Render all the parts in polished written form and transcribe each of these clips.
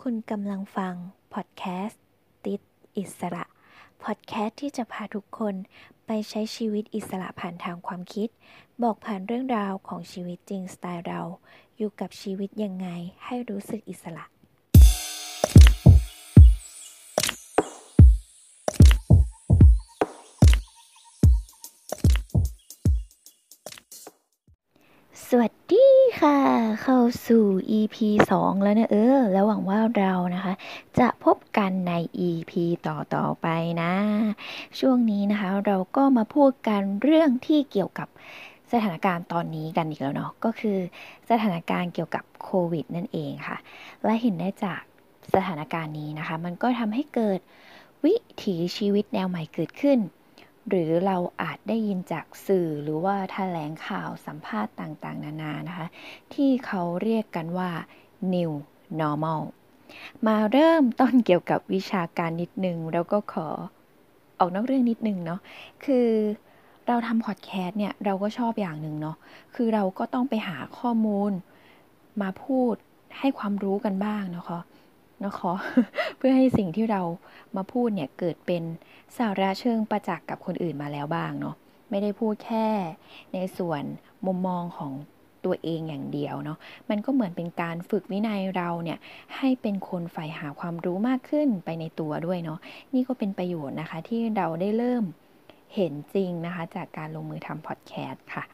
คุณกำลังฟังพอดแคสต์ติดอิสระพอดแคสต์ที่จะพาทุกคนไปใช้ชีวิตอิสระผ่านทางความคิดบอกผ่านเรื่องราวของชีวิตจริงสไตล์เราอยู่กับชีวิตยังไงให้รู้สึกอิสระสวัสดีค่ะเข้าสู่ EP 2แล้วนะแล้วหวังว่าเรานะคะจะพบกันใน EP ต่อไปนะช่วงนี้นะคะเราก็มาพูดกันเรื่องที่เกี่ยวกับสถานการณ์ตอนนี้กันอีกแล้วเนาะก็คือสถานการณ์เกี่ยวกับโควิดนั่นเองค่ะและเห็นได้จากสถานการณ์นี้นะคะมันก็ทำให้เกิดวิถีชีวิตแนวใหม่เกิดขึ้นหรือเราอาจได้ยินจากสื่อหรือว่าแถลงข่าวสัมภาษณ์ต่างๆนานานะคะที่เขาเรียกกันว่า New Normal มาเริ่มต้นเกี่ยวกับวิชาการนิดนึงแล้วก็ขอออกนอกเรื่องนิดนึงเนาะคือเราทำพอดแคสต์เนี่ยเราก็ชอบอย่างหนึ่งเนาะคือเราก็ต้องไปหาข้อมูลมาพูดให้ความรู้กันบ้างนะคะเพื่อให้สิ่งที่เรามาพูดเนี่ยเกิดเป็นสาระเชิงประจักษ์กับคนอื่นมาแล้วบ้างเนาะไม่ได้พูดแค่ในส่วนมุมมองของตัวเองอย่างเดียวเนาะมันก็เหมือนเป็นการฝึกวินัยเราเนี่ยให้เป็นคนใฝ่หาความรู้มากขึ้นไปในตัวด้วยเนาะนี่ก็เป็นประโยชน์นะคะที่เราได้เริ่มเห็นจริงนะคะจากการลงมือทำพอดแคสต์ค่ะ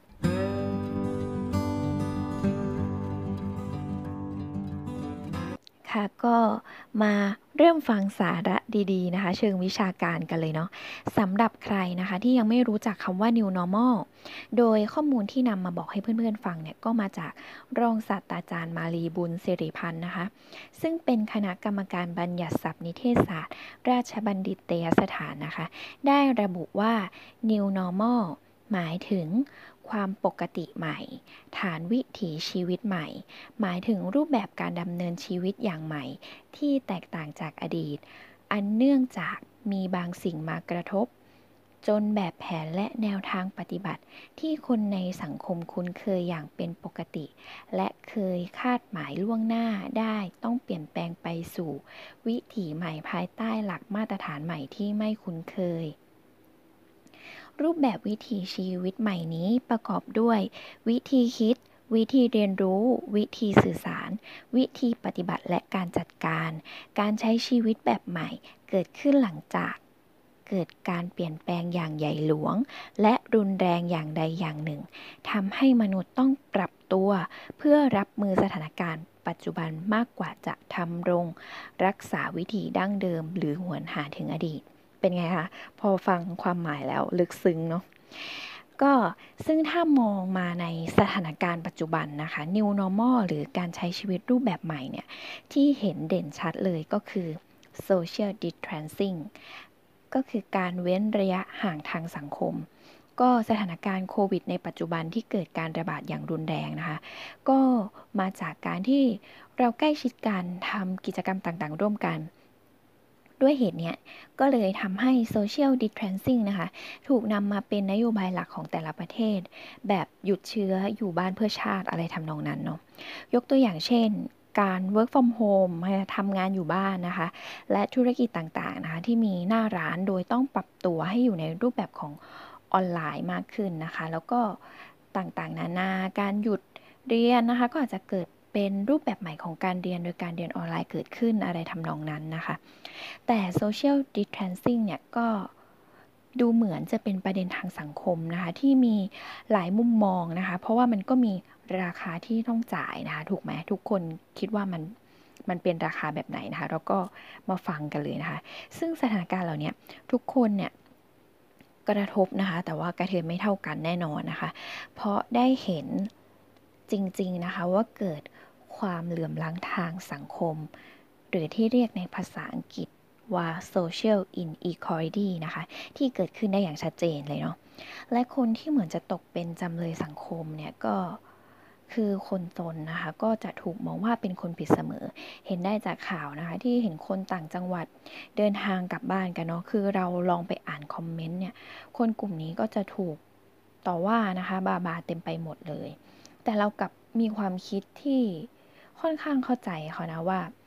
ค่ะก็มาเริ่มฟังสาระดีๆนะคะเชิงวิชาการกันเลยเนาะสำหรับใครนะคะที่ยังไม่รู้จักคำว่า New Normal โดยข้อมูลที่นำมาบอกให้เพื่อนๆฟังเนี่ยก็มาจากรองศาสตราจารย์มาลีบุญสิริพันธ์นะคะซึ่งเป็นคณะกรรมการบัญญัติศัพท์นิเทศศาสตร์ราชบัณฑิตยสถานนะคะได้ระบุว่า New Normal หมายถึงความปกติใหม่ฐานวิถีชีวิตใหม่หมายถึงรูปแบบการดำเนินชีวิตอย่างใหม่ที่แตกต่างจากอดีตอันเนื่องจากมีบางสิ่งมากระทบจนแบบแผนและแนวทางปฏิบัติที่คนในสังคมคุ้นเคยอย่างเป็นปกติและเคยคาดหมายล่วงหน้าได้ต้องเปลี่ยนแปลงไปสู่วิถีใหม่ภายใต้หลักมาตรฐานใหม่ที่ไม่คุ้นเคยรูปแบบวิถีชีวิตใหม่นี้ประกอบด้วยวิธีคิดวิธีเรียนรู้วิธีสื่อสารวิธีปฏิบัติและการจัดการการใช้ชีวิตแบบใหม่เกิดขึ้นหลังจากเกิดการเปลี่ยนแปลงอย่างใหญ่หลวงและรุนแรงอย่างใดอย่างหนึ่งทำให้มนุษย์ต้องปรับตัวเพื่อรับมือสถานการณ์ปัจจุบันมากกว่าจะทำรงรักษาวิถีดั้งเดิมหรือหวนหาถึงอดีตเป็นไงคะพอฟังความหมายแล้วลึกซึ้งเนาะก็ซึ่งถ้ามองมาในสถานการณ์ปัจจุบันนะคะ New Normal หรือการใช้ชีวิตรูปแบบใหม่เนี่ยที่เห็นเด่นชัดเลยก็คือ Social Distancing ก็คือการเว้นระยะห่างทางสังคมก็สถานการณ์โควิดในปัจจุบันที่เกิดการระบาดอย่างรุนแรงนะคะก็มาจากการที่เราใกล้ชิดกันทำกิจกรรมต่างๆร่วมกันด้วยเหตุเนี้ยก็เลยทำให้ Social Distancing นะคะถูกนำมาเป็นนโยบายหลักของแต่ละประเทศแบบหยุดเชื้ออยู่บ้านเพื่อชาติอะไรทำนองนั้นเนาะยกตัวอย่างเช่นการ work from home ทำงานอยู่บ้านนะคะและธุรกิจต่างๆนะคะที่มีหน้าร้านโดยต้องปรับตัวให้อยู่ในรูปแบบของออนไลน์มากขึ้นนะคะแล้วก็ต่างๆนานาการหยุดเรียนนะคะก็อาจจะเกิดเป็นรูปแบบใหม่ของการเรียนโดยการเรียนออนไลน์เกิดขึ้นอะไรทำนองนั้นนะคะแต่ Social Distancing เนี่ยก็ดูเหมือนจะเป็นประเด็นทางสังคมนะคะที่มีหลายมุมมองนะคะเพราะว่ามันก็มีราคาที่ต้องจ่ายนะคะถูกไหมทุกคนคิดว่ามันเป็นราคาแบบไหนนะคะเราก็มาฟังกันเลยนะคะซึ่งสถานการณ์เหล่านี้ทุกคนเนี่ยกระทบนะคะแต่ว่ากระเทือนไม่เท่ากันแน่นอนนะคะเพราะได้เห็นจริงๆนะคะว่าเกิดความเหลื่อมล้ำทางสังคมหรือที่เรียกในภาษาอังกฤษว่า social inequality นะคะที่เกิดขึ้นได้อย่างชัดเจนเลยเนาะและคนที่เหมือนจะตกเป็นจำเลยสังคมเนี่ยก็คือคนจนนะคะก็จะถูกมองว่าเป็นคนผิดเสมอเห็นได้จากข่าวนะคะที่เห็นคนต่างจังหวัดเดินทางกลับบ้านกันเนาะคือเราลองไปอ่านคอมเมนต์เนี่ยคนกลุ่มนี้ก็จะถูกต่อว่านะคะบาเต็มไปหมดเลยแต่เรากับมีความคิดที่ค่อนข้างเข้าใจเขานะว่า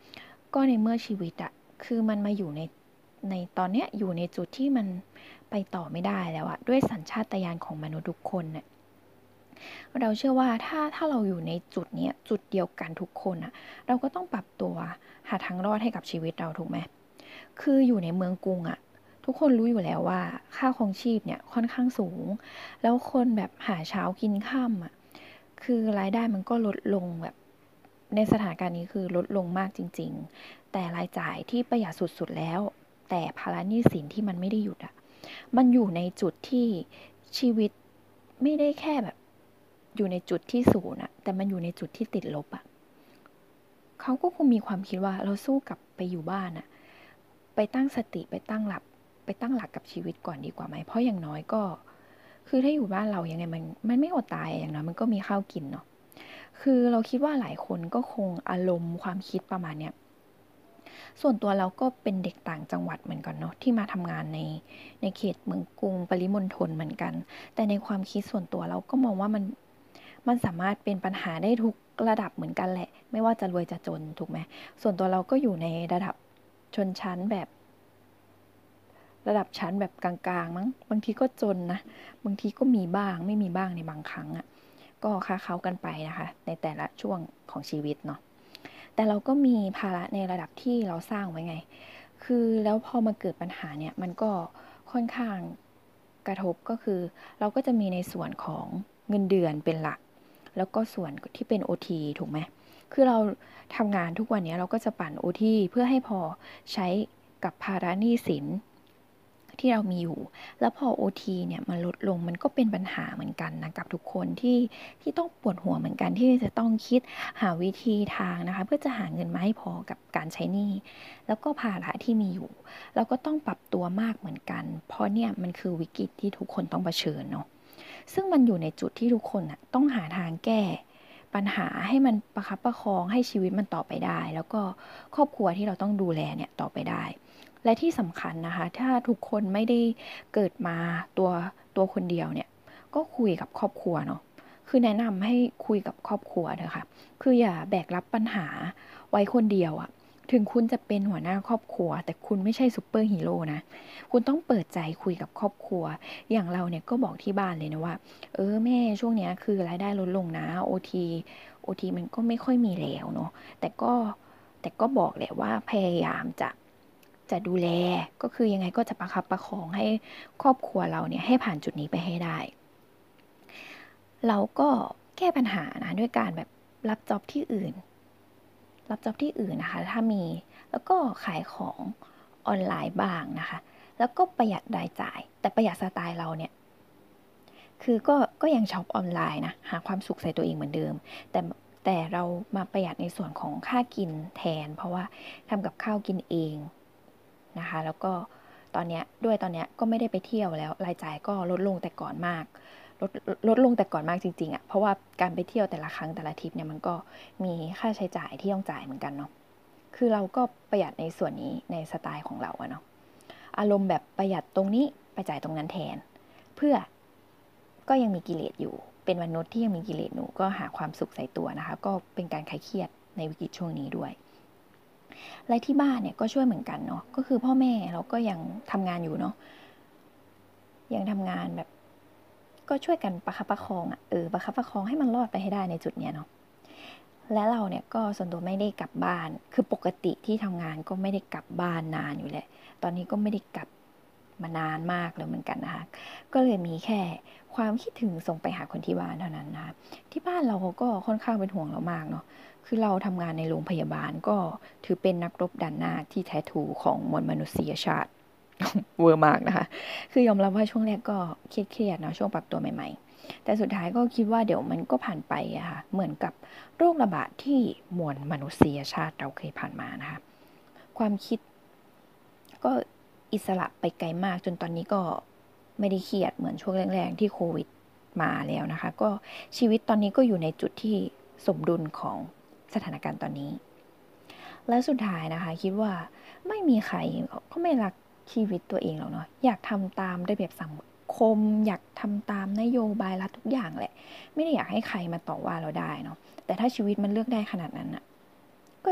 ก็ในเมื่อชีวิตอะคือมันมาอยู่ในตอนเนี้ยอยู่ในจุดที่มันไปต่อไม่ได้แล้วอะด้วยสัญชาตญาณของมนุษย์ทุกคนเนี่ยเราเชื่อว่าถ้าเราอยู่ในจุดเนี้ยจุดเดียวกันทุกคนอะเราก็ต้องปรับตัวหาทางรอดให้กับชีวิตเราถูกไหมคืออยู่ในเมืองกรุงอะทุกคนรู้อยู่แล้วว่าค่าครองชีพเนี่ยค่อนข้างสูงแล้วคนแบบหาเช้ากินค่ำอะคือรายได้มันก็ลดลงแบบในสถานการณ์นี้คือลดลงมากจริงๆแต่รายจ่ายที่ประหยัดสุดๆแล้วแต่ภาระหนี้สินที่มันไม่ได้หยุดอะมันอยู่ในจุดที่ชีวิตไม่ได้แค่แบบอยู่ในจุดที่ศูนย์อะแต่มันอยู่ในจุดที่ติดลบอะเขาก็คงมีความคิดว่าเราสู้กลับไปอยู่บ้านอะไปตั้งสติไปตั้งหลักกับชีวิตก่อนดีกว่าไหมเพราะอย่างน้อยก็คือถ้าอยู่บ้านเรายังไงมันไม่อดตายอย่างน้อยมันก็มีข้าวกินเนาะคือเราคิดว่าหลายคนก็คงอารมณ์ความคิดประมาณเนี้ยส่วนตัวเราก็เป็นเด็กต่างจังหวัดเหมือนกันเนาะที่มาทำงานในเขตเมืองกรุงปริมณฑลเหมือนกันแต่ในความคิดส่วนตัวเราก็มองว่ามันสามารถเป็นปัญหาได้ทุกระดับเหมือนกันแหละไม่ว่าจะรวยจะจนถูกไหมส่วนตัวเราก็อยู่ในระดับชนชั้นแบบระดับชั้นแบบกลางๆมั้งบางทีก็จนนะบางทีก็มีบ้างไม่มีบ้างในบางครั้งอ่ะก็ค้าเขากันไปนะคะในแต่ละช่วงของชีวิตเนาะแต่เราก็มีภาระในระดับที่เราสร้างไว้ไงคือแล้วพอมาเกิดปัญหาเนี่ยมันก็ค่อนข้างกระทบก็คือเราก็จะมีในส่วนของเงินเดือนเป็นหลัก แล้วก็ส่วนที่เป็น OT ถูกไหม คือเราทำงานทุกวันนี้เราก็จะปั่น OT เพื่อให้พอใช้กับภาระหนี้สินที่เรามีอยู่ แล้วพอ OT เนี่ยมันลดลงมันก็เป็นปัญหาเหมือนกันนะกับทุกคนที่ต้องปวดหัวเหมือนกันที่จะต้องคิดหาวิธีทางนะคะเพื่อจะหาเงินมาให้พอกับการใช้หนี้แล้วก็ภาระที่มีอยู่เราก็ต้องปรับตัวมากเหมือนกันเพราะเนี่ยมันคือวิกฤตที่ทุกคนต้องเผชิญเนาะ ซึ่งมันอยู่ในจุดที่ทุกคนน่ะต้องหาทางแก้ปัญหาให้มันประคับประคองให้ชีวิตมันต่อไปได้แล้วก็ครอบครัวที่เราต้องดูแลเนี่ยต่อไปได้และที่สำคัญนะคะถ้าทุกคนไม่ได้เกิดมาตัวคนเดียวเนี่ยก็คุยกับครอบครัวเนาะคือแนะนำให้คุยกับครอบครัวเถอะค่ะคืออย่าแบกรับปัญหาไว้คนเดียวอะถึงคุณจะเป็นหัวหน้าครอบครัวแต่คุณไม่ใช่ซูเปอร์ฮีโร่นะคุณต้องเปิดใจคุยกับครอบครัวอย่างเราเนี่ยก็บอกที่บ้านเลยนะว่า แม่ช่วงเนี้ยคือรายได้ลดลงนะโอทีมันก็ไม่ค่อยมีแล้วเนาะแต่ก็แต่ก็บอกแหละว่าพยายามจะดูแลก็คือยังไงก็จะประคับประคองให้ครอบครัวเราเนี่ยให้ผ่านจุดนี้ไปให้ได้เราก็แก้ปัญหานะด้วยการแบบรับจ็อบที่อื่นรับจ็อบที่อื่นนะคะถ้ามีแล้วก็ขายของออนไลน์บ้างนะคะแล้วก็ประหยัดรายจ่ายแต่ประหยัดสไตล์เราเนี่ย คือก็ยังช็อปออนไลน์นะหาความสุขใส่ตัวเองเหมือนเดิมแต่แต่เรามาประหยัดในส่วนของค่ากินแทนเพราะว่าทำกับข้าวกินเองนะคะแล้วก็ตอนเนี้ยก็ไม่ได้ไปเที่ยวแล้วรายจ่ายก็ลดลงแต่ก่อนมากลดลดลงแต่ก่อนมากจริงๆอะ่ะเพราะว่าการไปเที่ยวแต่ละครั้งแต่ละทริปเนี่ยมันก็มีค่าใช้จ่ายที่ต้องจ่ายเหมือนกันเนาะคือเราก็ประหยัดในส่วนนี้ในสไตล์ของเราอะเนาะอารมณ์แบบประหยัดตรงนี้ไปจ่ายตรงนั้นแทนเพื่อ ก็ยังมีกิเลสอยู่ เป็นมนุษย์ที่ยังมีกิเลสอยู่ก็หาความสุขใส่ตัวนะคะ ก็เป็นการคลายเครียดในวิกฤตช่วงนี้ด้วย และที่บ้านเนี่ยก็ช่วยเหมือนกันเนาะก็คือพ่อแม่เราก็ยังทำงานอยู่เนาะยังทำงานแบบก็ช่วยกันประคับประคองประคับประคองให้มันรอดไปให้ได้ในจุดเนี้ยเนาะและเราเนี่ยก็ส่วนตัวไม่ได้กลับบ้าน คือปกติที่ทำงานก็ไม่ได้กลับบ้านนานอยู่แหละตอนนี้ก็ไม่ได้กลับมานานมากแล้วเหมือนกันนะคะก็เลยมีแค่ความคิดถึงส่งไปหาคนที่บ้านเท่านั้นนะคะที่บ้านเราก็ค่อนข้างเป็นห่วงเรามากเนาะคือเราทำงานในโรงพยาบาลก็ถือเป็นนักรบด่านหน้าที่แท้ทรูของมวลมนุษยชาติเวอร์มากนะคะคือยอมรับว่าช่วงแรกก็เครียดๆนะช่วงปรับตัวใหม่ๆแต่สุดท้ายก็คิดว่าเดี๋ยวมันก็ผ่านไปอะค่ะเหมือนกับโรคระบาดที่มวลมนุษยชาติเราเคยผ่านมานะคะความคิดก็อิสระไปไกลมากจนตอนนี้ก็ไม่ได้เครียดเหมือนช่วงแรกๆที่โควิดมาแล้วนะคะก็ชีวิตตอนนี้ก็อยู่ในจุดที่สมดุลของสถานการณ์ตอนนี้และสุดท้ายนะคะคิดว่าไม่มีใครก็ไม่รักชีวิตตัวเองหรอกเนาะอยากทำตามระเบียบสังคมอยากทำตามนโยบายรัฐทุกอย่างแหละไม่ได้อยากให้ใครมาต่อว่าเราได้เนาะแต่ถ้าชีวิตมันเลือกได้ขนาดนั้นอะก็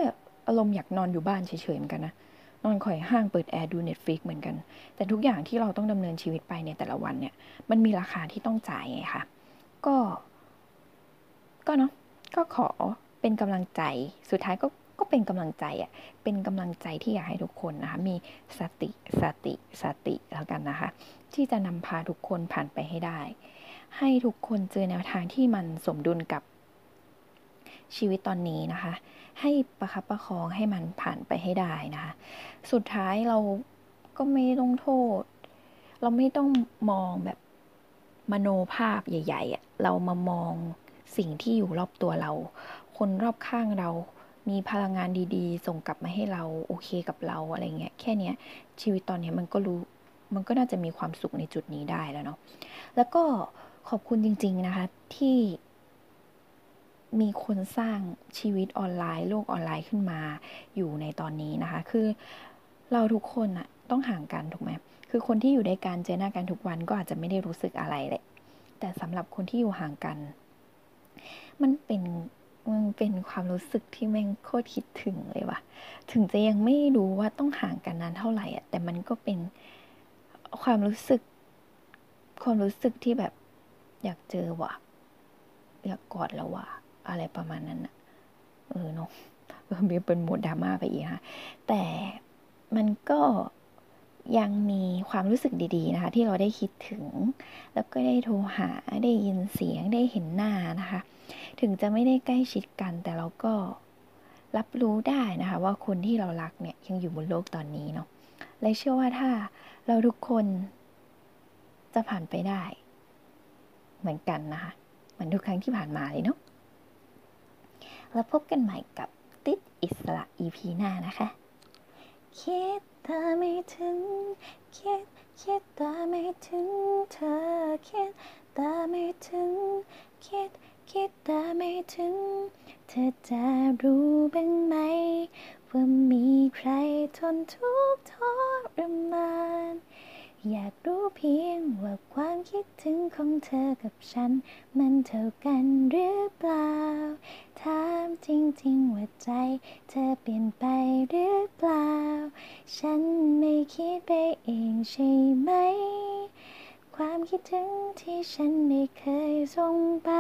อารมณ์อยากนอนอยู่บ้านเฉยๆเหมือนกันนะนอนข่อยห้างเปิดแอร์ดู Netflix เหมือนกันแต่ทุกอย่างที่เราต้องดำเนินชีวิตไปในแต่ละวันเนี่ยมันมีราคาที่ต้องจ่ายไงคะก็เนาะก็ขอเป็นกำลังใจสุดท้ายก็เป็นกำลังใจอะเป็นกำลังใจที่อยากให้ทุกคนนะคะมีสติแล้วกันนะคะที่จะนำพาทุกคนผ่านไปให้ได้ให้ทุกคนเจอแนวทางที่มันสมดุลกับชีวิตตอนนี้นะคะให้ประคับประคองให้มันผ่านไปให้ได้นะคะสุดท้ายเราก็ไม่ต้องโทษเราไม่ต้องมองแบบมโนภาพใหญ่ๆเรามามองสิ่งที่อยู่รอบตัวเราคนรอบข้างเรามีพลังงานดีๆส่งกลับมาให้เราโอเคกับเราอะไรเงี้ยแค่นี้ชีวิตตอนนี้มันก็น่าจะมีความสุขในจุดนี้ได้แล้วเนาะแล้วก็ขอบคุณจริงๆนะคะที่มีคนสร้างชีวิตออนไลน์โลกออนไลน์ขึ้นมาอยู่ในตอนนี้นะคะคือเราทุกคนอะต้องห่างกันถูกไหมคือคนที่อยู่ด้วยกันเจอหน้ากันทุกวันก็อาจจะไม่ได้รู้สึกอะไรแหละแต่สำหรับคนที่อยู่ห่างกันมันเป็นความรู้สึกที่แม่งโคตรคิดถึงเลยว่ะถึงจะยังไม่รู้ว่าต้องห่างกันนานเท่าไหร่อะแต่มันก็เป็นความรู้สึกที่แบบอยากเจอว่ะอยากกอดแล้วว่ะอะไรประมาณนั้นอะเนาะมีเป็นโหมดดราม่าไปอีกค่ะแต่มันก็ยังมีความรู้สึกดีๆนะคะที่เราได้คิดถึงแล้วก็ได้โทรหาได้ยินเสียงได้เห็นหน้านะคะถึงจะไม่ได้ใกล้ชิดกันแต่เราก็รับรู้ได้นะคะว่าคนที่เรารักเนี่ยยังอยู่บนโลกตอนนี้เนาะและเชื่อว่าถ้าเราทุกคนจะผ่านไปได้เหมือนกันนะคะเหมือนทุกครั้งที่ผ่านมาเลยเนาะแล้วพบกันใหม่กับติดอิสระ EP หน้านะคะคิดแต่ไม่ถึงคิดแต่ไม่ถึงเธอคิดแต่ไม่ถึงคิดแต่ไม่ถึงเธอจะรู้บ้างไหมว่ามีใครทนทุกข์ทรมานอยากรู้เพียงว่าความคิดถึงของเธอกับฉันมันเท่ากันหรือเปล่าถามจริงๆว่าใจเธอเปลี่ยนไปหรือเปล่าฉันไม่คิดไปเองใช่ไหมความคิดถึงที่ฉันไม่เคยส่งไป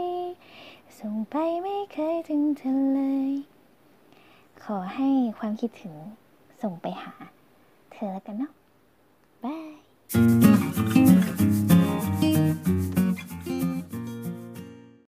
ไม่เคยถึงเธอเลยขอให้ความคิดถึงส่งไปหาเธอแล้วกันเนาะบาย